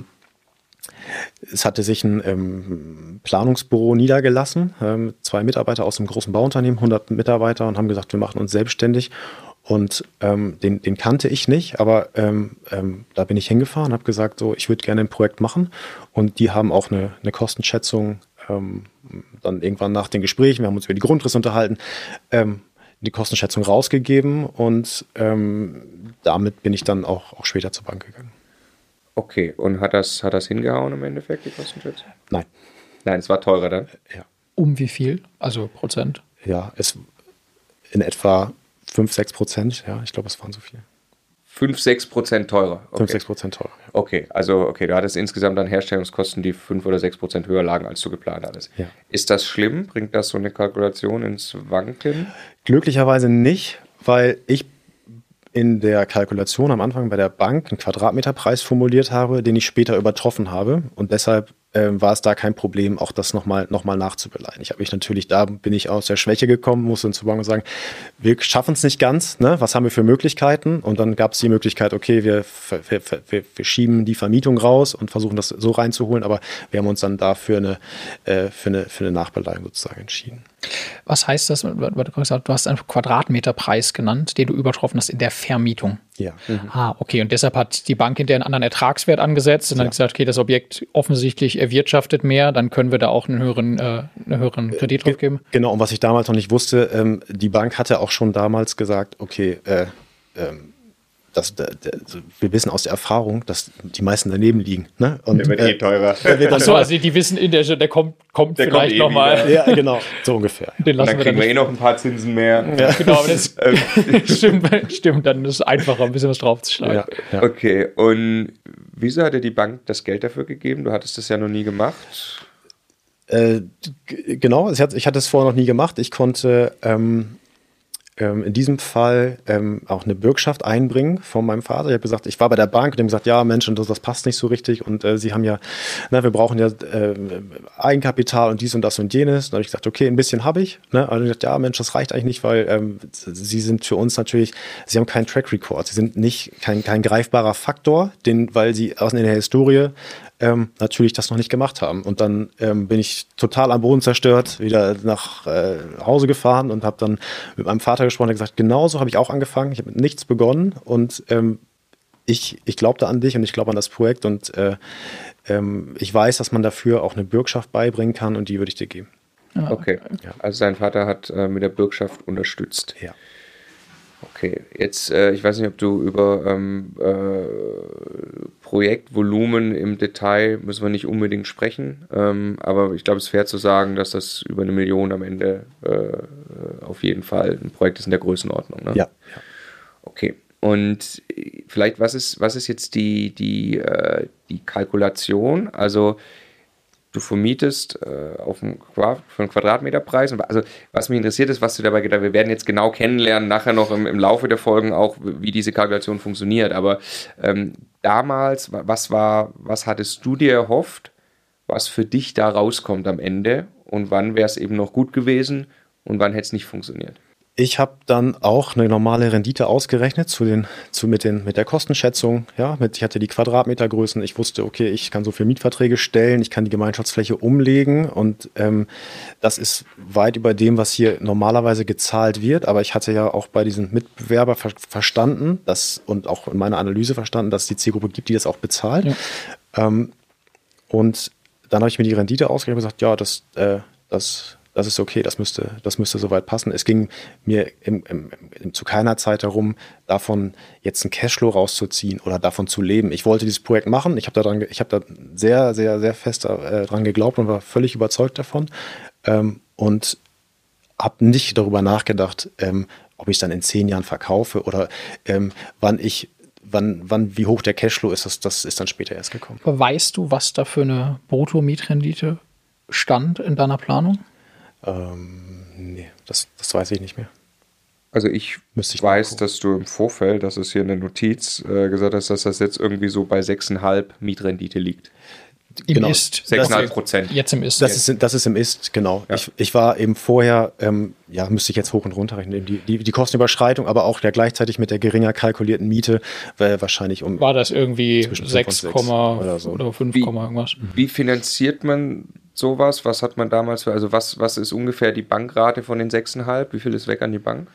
es hatte sich ein Planungsbüro niedergelassen, 2 Mitarbeiter aus einem großen Bauunternehmen, 100 Mitarbeiter, und haben gesagt, wir machen uns selbstständig. Und den kannte ich nicht, aber da bin ich hingefahren und habe gesagt, so, ich würde gerne ein Projekt machen. Und die haben auch eine Kostenschätzung dann irgendwann nach den Gesprächen, wir haben uns über die Grundrisse unterhalten, die Kostenschätzung rausgegeben und damit bin ich dann auch später zur Bank gegangen. Okay, und hat das hingehauen im Endeffekt, die Kostenschätzung? Nein. Nein, es war teurer dann? Ja. Um wie viel? Also Prozent? Ja, es in etwa 5-6%, ja, ich glaube, es waren so viel. 5-6% teurer. Okay. 5-6% teurer. Ja. Okay, du hattest insgesamt dann Herstellungskosten, die 5 oder 6% höher lagen, als du geplant hattest. Ja. Ist das schlimm? Bringt das so eine Kalkulation ins Wanken? Glücklicherweise nicht, weil ich in der Kalkulation am Anfang bei der Bank einen Quadratmeterpreis formuliert habe, den ich später übertroffen habe. Und deshalb war es da kein Problem, auch das nochmal nachzubeleihen. Da bin ich aus der Schwäche gekommen, musste zur Bank sagen, wir schaffen es nicht ganz, ne? Was haben wir für Möglichkeiten? Und dann gab es die Möglichkeit, okay, wir schieben die Vermietung raus und versuchen das so reinzuholen, aber wir haben uns dann dafür für eine Nachbeleihung sozusagen entschieden. Was heißt das? Du hast einen Quadratmeterpreis genannt, den du übertroffen hast in der Vermietung. Ja. Okay. Und deshalb hat die Bank hinterher einen anderen Ertragswert angesetzt und dann gesagt, okay, das Objekt offensichtlich erwirtschaftet mehr, dann können wir da auch einen höheren Kredit drauf geben. Genau, und was ich damals noch nicht wusste, die Bank hatte auch schon damals gesagt, okay, wir wissen aus der Erfahrung, dass die meisten daneben liegen. Ne? Und, der wird teurer. Achso, also die wissen, der kommt der vielleicht nochmal. Ja, genau, so ungefähr. Den lassen dann kriegen wir noch ein paar Zinsen mehr. Ja. Genau, aber das stimmt, dann ist es einfacher, ein bisschen was draufzuschlagen. Ja. Okay, und wieso hat dir die Bank das Geld dafür gegeben? Du hattest das ja noch nie gemacht. Genau, ich hatte es vorher noch nie gemacht. Ich konnte in diesem Fall auch eine Bürgschaft einbringen von meinem Vater. Ich habe gesagt, ich war bei der Bank und die haben gesagt, ja Mensch, und das passt nicht so richtig und sie haben ja, wir brauchen ja Eigenkapital und dies und das und jenes. Dann habe ich gesagt, okay, ein bisschen habe ich. Ne? Und dann gesagt, ja Mensch, das reicht eigentlich nicht, weil sie sind für uns natürlich, sie haben keinen Track Record, sie sind kein greifbarer Faktor, weil sie in der Historie natürlich das noch nicht gemacht haben. Und dann bin ich total am Boden zerstört, wieder nach Hause gefahren und habe dann mit meinem Vater gesprochen und gesagt, genauso habe ich auch angefangen, ich habe mit nichts begonnen und ich glaubte an dich und ich glaube an das Projekt und ich weiß, dass man dafür auch eine Bürgschaft beibringen kann und die würde ich dir geben. Okay, also dein Vater hat mit der Bürgschaft unterstützt. Ja. Okay, jetzt, ich weiß nicht, ob du über Projektvolumen im Detail müssen wir nicht unbedingt sprechen, aber ich glaube, es ist fair zu sagen, dass das über 1 Million am Ende auf jeden Fall ein Projekt ist in der Größenordnung. Ne? Ja. Okay, und vielleicht, was ist jetzt die Kalkulation? Also du vermietest für einen Quadratmeterpreis. Also was mich interessiert ist, was du dabei gedacht hast. Wir werden jetzt genau kennenlernen, nachher noch im Laufe der Folgen auch, wie diese Kalkulation funktioniert. Aber damals, was hattest du dir erhofft, was für dich da rauskommt am Ende? Und wann wäre es eben noch gut gewesen und wann hätte es nicht funktioniert? Ich habe dann auch eine normale Rendite ausgerechnet mit der Kostenschätzung. Ja, ich hatte die Quadratmetergrößen. Ich wusste, okay, ich kann so viele Mietverträge stellen, ich kann die Gemeinschaftsfläche umlegen und das ist weit über dem, was hier normalerweise gezahlt wird. Aber ich hatte ja auch bei diesem Mitbewerber verstanden und auch in meiner Analyse verstanden, dass es die Zielgruppe gibt, die das auch bezahlt. Ja. Und dann habe ich mir die Rendite ausgerechnet und gesagt, ja, das ist okay, das müsste soweit passen. Es ging mir zu keiner Zeit darum, davon jetzt einen Cashflow rauszuziehen oder davon zu leben. Ich wollte dieses Projekt machen. Ich habe da sehr, sehr, sehr fest dran geglaubt und war völlig überzeugt davon. Und habe nicht darüber nachgedacht, ob ich es dann in 10 Jahren verkaufe oder wie hoch der Cashflow ist. Das ist dann später erst gekommen. Aber weißt du, was da für eine Brutto-Mietrendite stand in deiner Planung? Nee, das weiß ich nicht mehr. Also ich weiß, dass du im Vorfeld, das ist hier in der Notiz, gesagt hast, dass das jetzt irgendwie so bei 6,5 Mietrendite liegt. Im Ist. 6,5%. Jetzt im Ist. Das ist im Ist, genau. Ja. Ich war eben vorher, müsste ich jetzt hoch und runter rechnen, die Kostenüberschreitung, aber auch gleichzeitig mit der geringer kalkulierten Miete, wahrscheinlich war das irgendwie 6, oder 5, irgendwas. Wie finanziert man sowas? Was hat man damals was ist ungefähr die Bankrate von den 6,5? Wie viel ist weg an die Bank?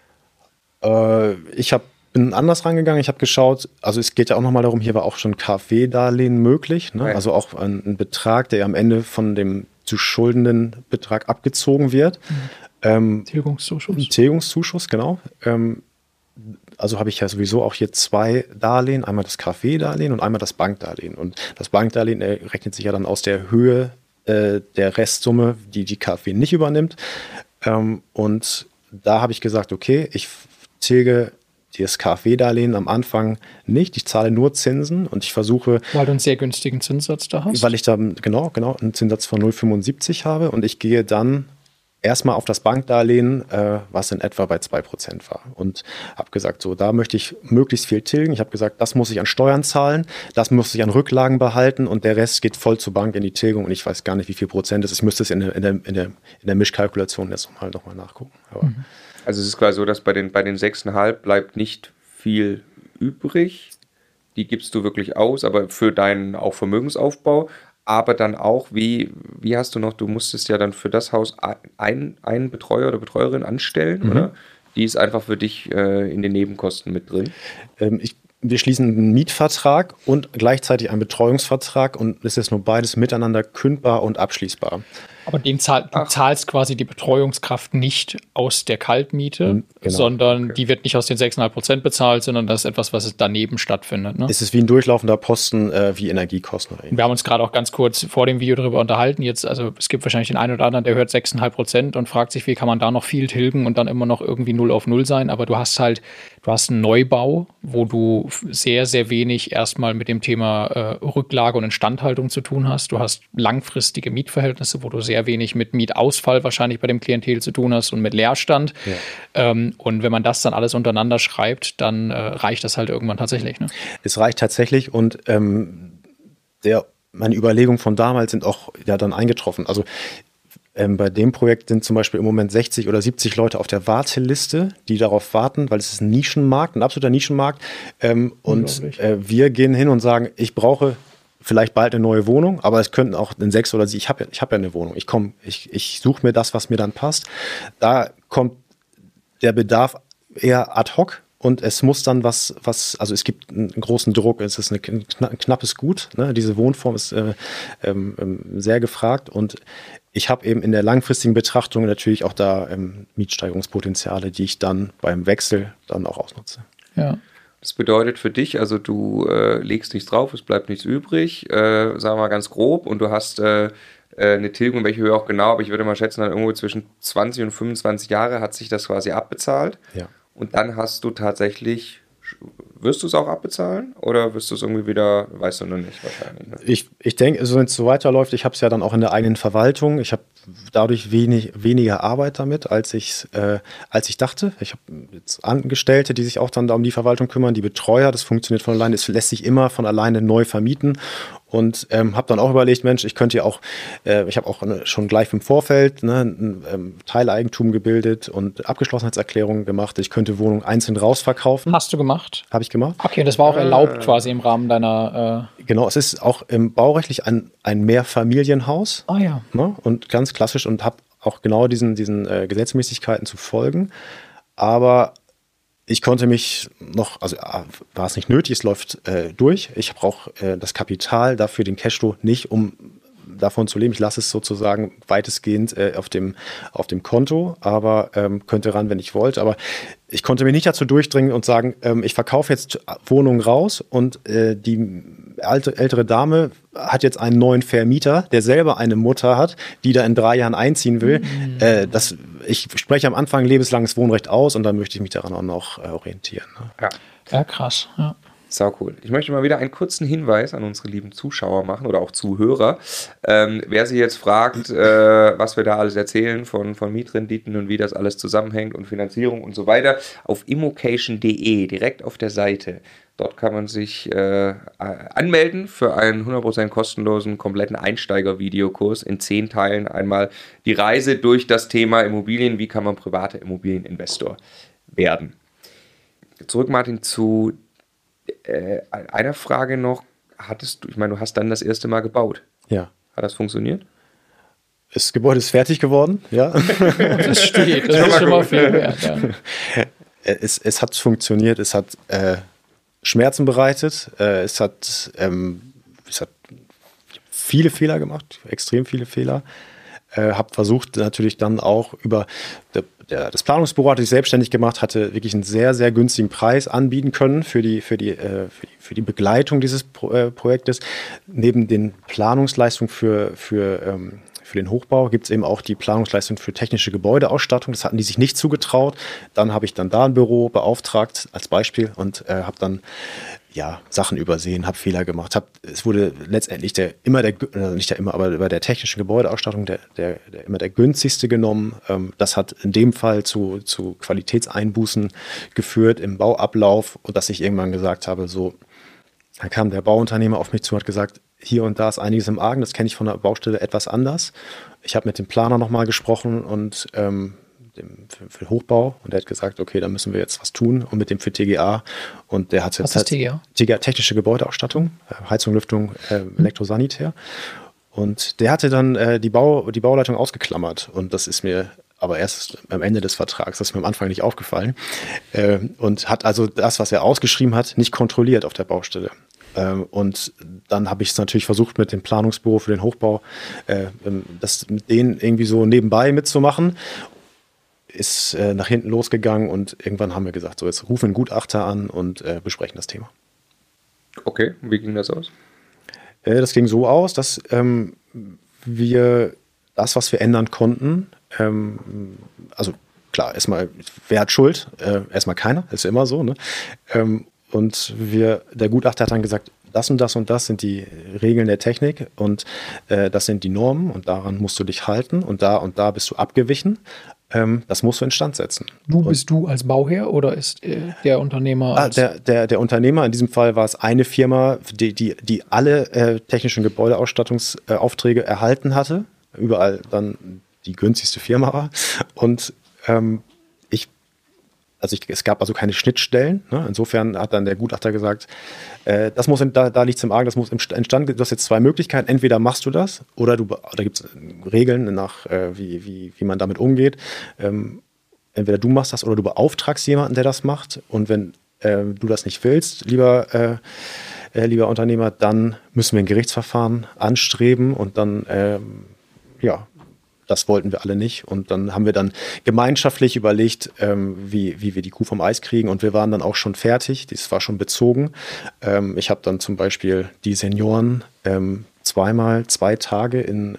Bin anders rangegangen. Ich habe geschaut, also es geht ja auch nochmal darum, hier war auch schon KfW-Darlehen möglich, ne? Ja. Also auch ein Betrag, der am Ende von dem zu schuldenden Betrag abgezogen wird. Tilgungszuschuss, genau. Also habe ich ja sowieso auch hier 2 Darlehen, einmal das KfW-Darlehen und einmal das Bankdarlehen. Und das Bankdarlehen rechnet sich ja dann aus der Höhe der Restsumme, die KfW nicht übernimmt. Und da habe ich gesagt, okay, ich tilge das KfW-Darlehen am Anfang nicht. Ich zahle nur Zinsen und ich versuche... Weil du einen sehr günstigen Zinssatz da hast? Weil ich da genau einen Zinssatz von 0,75 habe und ich gehe dann erstmal auf das Bankdarlehen, was in etwa bei 2% war. Und habe gesagt, so, da möchte ich möglichst viel tilgen. Ich habe gesagt, das muss ich an Steuern zahlen, das muss ich an Rücklagen behalten und der Rest geht voll zur Bank in die Tilgung und ich weiß gar nicht, wie viel Prozent das ist. Ich müsste es in der Mischkalkulation jetzt nochmal nachgucken. Aber also es ist quasi so, dass bei den 6,5 bleibt nicht viel übrig. Die gibst du wirklich aus, aber für deinen auch Vermögensaufbau. aber dann auch, wie hast du musstest ja dann für das Haus einen Betreuer oder Betreuerin anstellen, oder? Die ist einfach für dich in den Nebenkosten mit drin. Wir schließen einen Mietvertrag und gleichzeitig einen Betreuungsvertrag und es ist nur beides miteinander kündbar und abschließbar. Aber du zahlst quasi die Betreuungskraft nicht aus der Kaltmiete, genau. Sondern die wird nicht aus den 6,5% bezahlt, sondern das ist etwas, was daneben stattfindet. Ne? Es ist wie ein durchlaufender Posten, wie Energiekosten. Wir haben uns gerade auch ganz kurz vor dem Video darüber unterhalten. Jetzt, also es gibt wahrscheinlich den einen oder anderen, der hört 6,5% und fragt sich, wie kann man da noch viel tilgen und dann immer noch irgendwie 0 auf 0 sein. Aber du hast einen Neubau, wo du sehr, sehr wenig erstmal mit dem Thema Rücklage und Instandhaltung zu tun hast. Du hast langfristige Mietverhältnisse, wo du sehr wenig mit Mietausfall wahrscheinlich bei dem Klientel zu tun hast und mit Leerstand. Ja. Und wenn man das dann alles untereinander schreibt, dann reicht das halt irgendwann tatsächlich. Ne? Es reicht tatsächlich und meine Überlegungen von damals sind auch dann eingetroffen. Also bei dem Projekt sind zum Beispiel im Moment 60 oder 70 Leute auf der Warteliste, die darauf warten, weil es ist ein Nischenmarkt, ein absoluter Nischenmarkt. Und wir gehen hin und sagen, ich brauche vielleicht bald eine neue Wohnung, aber es könnten auch in 6 oder 7, ich hab ja eine Wohnung. Ich suche mir das, was mir dann passt. Da kommt der Bedarf eher ad hoc. Und es muss dann also es gibt einen großen Druck, es ist ein knappes Gut, ne? Diese Wohnform ist sehr gefragt und ich habe eben in der langfristigen Betrachtung natürlich auch da Mietsteigerungspotenziale, die ich dann beim Wechsel dann auch ausnutze. Ja. Das bedeutet für dich, also du legst nichts drauf, es bleibt nichts übrig, sagen wir mal ganz grob, und du hast eine Tilgung, welche Höhe auch genau, aber ich würde mal schätzen, dann irgendwo zwischen 20 und 25 Jahre hat sich das quasi abbezahlt. Ja. Und dann hast du tatsächlich, wirst du es auch abbezahlen oder wirst du es irgendwie wieder, weißt du noch nicht wahrscheinlich. Ne? Ich denke, also wenn es so weiterläuft, ich habe es ja dann auch in der eigenen Verwaltung, ich habe dadurch weniger Arbeit damit, als ich dachte. Ich habe jetzt Angestellte, die sich auch dann da um die Verwaltung kümmern, die Betreuer, das funktioniert von alleine, es lässt sich immer von alleine neu vermieten. Und habe dann auch überlegt, Mensch, ich könnte ja auch, ich habe auch schon gleich im Vorfeld ein Teileigentum gebildet und Abgeschlossenheitserklärungen gemacht. Ich könnte Wohnungen einzeln rausverkaufen. Hast du gemacht? Habe ich gemacht. Okay, das war auch erlaubt quasi im Rahmen deiner... Genau, es ist auch baurechtlich ein Mehrfamilienhaus. Ah ja. Ne? Und ganz klassisch und habe auch genau diesen Gesetzmäßigkeiten zu folgen. Aber ich konnte mich noch, also war es nicht nötig, es läuft durch. Ich brauche das Kapital dafür, den Cashflow nicht, um davon zu leben. Ich lasse es sozusagen weitestgehend auf dem Konto, aber könnte ran, wenn ich wollte. Aber ich konnte mich nicht dazu durchdringen und sagen, ich verkaufe jetzt Wohnungen raus und die ältere Dame hat jetzt einen neuen Vermieter, der selber eine Mutter hat, die da in 3 Jahren einziehen will. Ich spreche am Anfang lebenslanges Wohnrecht aus und dann möchte ich mich daran auch noch orientieren. Ne? Ja, krass. Ja. Sau cool. Ich möchte mal wieder einen kurzen Hinweis an unsere lieben Zuschauer machen oder auch Zuhörer. Wer sich jetzt fragt, was wir da alles erzählen von Mietrenditen und wie das alles zusammenhängt und Finanzierung und so weiter, auf immocation.de, direkt auf der Seite. Dort kann man sich anmelden für einen 100% kostenlosen, kompletten Einsteiger-Videokurs in 10 Teilen. Einmal die Reise durch das Thema Immobilien, wie kann man privater Immobilieninvestor werden. Zurück, Martin, zu einer Frage noch. Du hast dann das erste Mal gebaut. Ja. Hat das funktioniert? Das Gebäude ist fertig geworden, ja. Das steht, das ist schon mal viel wert. Ja. Es hat funktioniert, es hat Schmerzen bereitet, es hat viele Fehler gemacht, extrem viele Fehler. Habe versucht natürlich dann auch über das Planungsbüro hatte sich selbstständig gemacht, hatte wirklich einen sehr, sehr günstigen Preis anbieten können für die Begleitung dieses Projektes. Neben den Planungsleistungen für den Hochbau gibt es eben auch die Planungsleistung für technische Gebäudeausstattung. Das hatten die sich nicht zugetraut. Dann habe ich dann da ein Büro beauftragt als Beispiel und habe dann Sachen übersehen, habe Fehler gemacht. Es wurde letztendlich bei der technischen Gebäudeausstattung immer der günstigste genommen. Das hat in dem Fall zu Qualitätseinbußen geführt im Bauablauf und dass ich irgendwann gesagt habe, da kam der Bauunternehmer auf mich zu und hat gesagt, hier und da ist einiges im Argen, das kenne ich von der Baustelle etwas anders. Ich habe mit dem Planer nochmal gesprochen und für den Hochbau und der hat gesagt, okay, da müssen wir jetzt was tun und mit dem für TGA und der hat jetzt was ist TGA? TGA technische Gebäudeausstattung, Heizung, Lüftung, Elektrosanitär Und der hatte dann die Bauleitung ausgeklammert. Und das ist mir aber erst am Ende des Vertrags, das ist mir am Anfang nicht aufgefallen. Und hat also das, was er ausgeschrieben hat, nicht kontrolliert auf der Baustelle. Und dann habe ich es natürlich versucht, mit dem Planungsbüro für den Hochbau, das mit denen irgendwie so nebenbei mitzumachen. Ist nach hinten losgegangen und irgendwann haben wir gesagt, so jetzt rufen einen Gutachter an und besprechen das Thema. Okay, wie ging das aus? Das ging so aus, dass wir das, was wir ändern konnten, also klar, erstmal, wer hat Schuld? Erstmal keiner, ist ja immer so, ne? Und der Gutachter hat dann gesagt, das und das und das sind die Regeln der Technik und das sind die Normen und daran musst du dich halten und da bist du abgewichen. Das musst du instand setzen. Bist du als Bauherr oder ist der Unternehmer? Der Unternehmer, in diesem Fall war es eine Firma, die alle technischen Gebäudeausstattungsaufträge erhalten hatte, überall dann die günstigste Firma war. Und es gab also keine Schnittstellen. Ne? Insofern hat dann der Gutachter gesagt, da liegt es im Argen, das muss instand, du hast jetzt zwei Möglichkeiten. Entweder machst du das oder da gibt es Regeln nach, wie man damit umgeht. Entweder du machst das oder du beauftragst jemanden, der das macht. Und wenn du das nicht willst, lieber Unternehmer, dann müssen wir ein Gerichtsverfahren anstreben und dann, das wollten wir alle nicht. Und dann haben wir dann gemeinschaftlich überlegt, wie wir die Kuh vom Eis kriegen. Und wir waren dann auch schon fertig. Das war schon bezogen. Ich habe dann zum Beispiel die Senioren 2 Tage in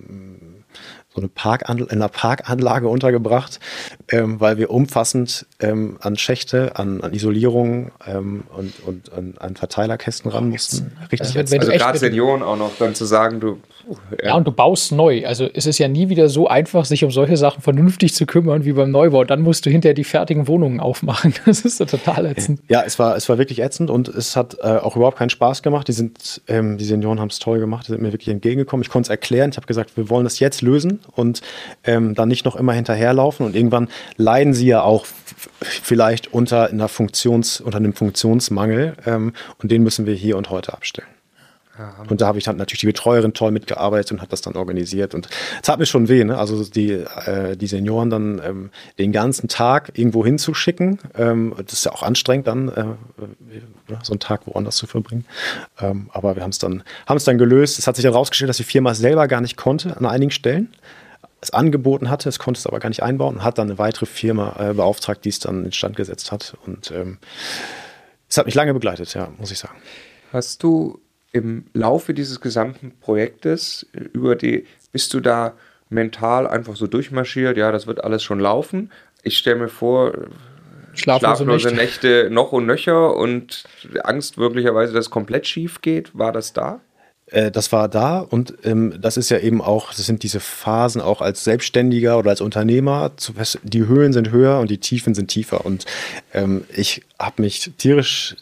so eine Parkanlage untergebracht, weil wir umfassend an Schächte, an Isolierungen und an Verteilerkästen ran mussten. Richtig. Also gerade Senioren auch noch dann zu sagen, Ja, und du baust neu. Also es ist ja nie wieder so einfach, sich um solche Sachen vernünftig zu kümmern wie beim Neubau. Dann musst du hinterher die fertigen Wohnungen aufmachen. Das ist so total ätzend. Ja, es war wirklich ätzend und es hat auch überhaupt keinen Spaß gemacht. Die Senioren haben es toll gemacht, die sind mir wirklich entgegengekommen. Ich konnte es erklären. Ich habe gesagt, wir wollen das jetzt lösen und dann nicht noch immer hinterherlaufen. Und irgendwann leiden sie ja auch vielleicht unter einem Funktionsmangel und den müssen wir hier und heute abstellen. Und da habe ich dann natürlich die Betreuerin toll mitgearbeitet und hat das dann organisiert. Und es hat mir schon weh, ne? Also die Senioren dann den ganzen Tag irgendwo hinzuschicken. Das ist ja auch anstrengend dann, so einen Tag woanders zu verbringen. Aber wir haben es dann gelöst. Es hat sich herausgestellt, dass die Firma es selber gar nicht konnte an einigen Stellen. Es angeboten hatte, es konnte es aber gar nicht einbauen und hat dann eine weitere Firma beauftragt, die es dann instand gesetzt hat. Und es hat mich lange begleitet, ja, muss ich sagen. Hast du im Laufe dieses gesamten Projektes bist du da mental einfach so durchmarschiert, ja, das wird alles schon laufen. Ich stelle mir vor, schlaflose Nächte noch und nöcher und Angst möglicherweise, dass es komplett schief geht. War das da? Das war da und das ist ja eben auch, das sind diese Phasen auch als Selbstständiger oder als Unternehmer, die Höhen sind höher und die Tiefen sind tiefer und ich habe mich tierisch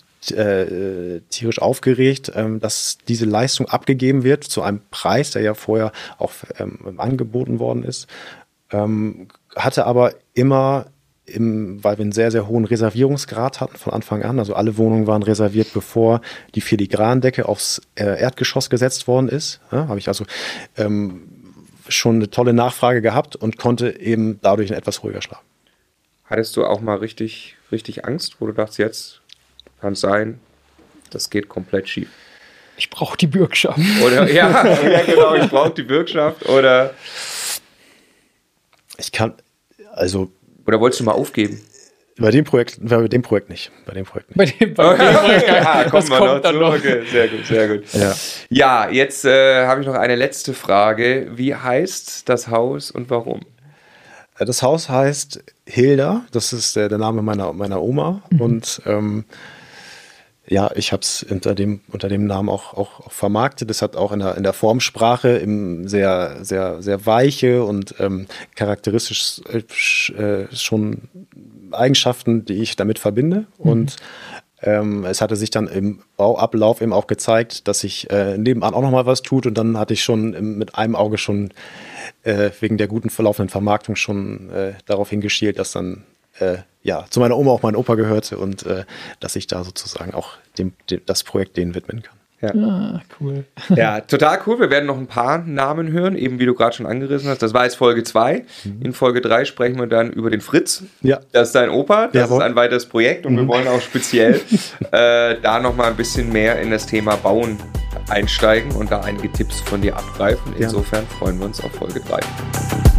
aufgeregt, dass diese Leistung abgegeben wird zu einem Preis, der ja vorher auch angeboten worden ist. Hatte aber immer, weil wir einen sehr, sehr hohen Reservierungsgrad hatten von Anfang an, also alle Wohnungen waren reserviert, bevor die Filigrandecke aufs Erdgeschoss gesetzt worden ist. Ja, habe ich also schon eine tolle Nachfrage gehabt und konnte eben dadurch etwas ruhiger schlafen. Hattest du auch mal richtig, richtig Angst, wo du dachtest, jetzt kann es sein, das geht komplett schief? Ich brauche die Bürgschaft. Oder ja, genau, ich brauche die Bürgschaft. Oder Oder wolltest du mal aufgeben? Bei dem Projekt nicht. Bei dem Projekt kommt man noch zu. Okay, sehr gut. Ja, jetzt habe ich noch eine letzte Frage. Wie heißt das Haus und warum? Das Haus heißt Hilda, das ist der Name meiner Oma und ich habe es unter dem Namen auch vermarktet. Das hat auch in der Formsprache sehr, sehr, sehr weiche und charakteristisch schon Eigenschaften, die ich damit verbinde. Und es hatte sich dann im Bauablauf eben auch gezeigt, dass sich nebenan auch noch mal was tut. Und dann hatte ich schon mit einem Auge schon wegen der guten verlaufenden Vermarktung schon darauf hingeschielt, dass dann zu meiner Oma auch mein Opa gehörte und dass ich da sozusagen auch das Projekt denen widmen kann. Ja, cool. Ja, total cool. Wir werden noch ein paar Namen hören, eben wie du gerade schon angerissen hast. Das war jetzt Folge 2. In Folge 3 sprechen wir dann über den Fritz. Ja. Das ist dein Opa. Das Jawohl. ist ein weiteres Projekt und wir wollen auch speziell da nochmal ein bisschen mehr in das Thema Bauen einsteigen und da einige Tipps von dir abgreifen. Insofern freuen wir uns auf Folge 3.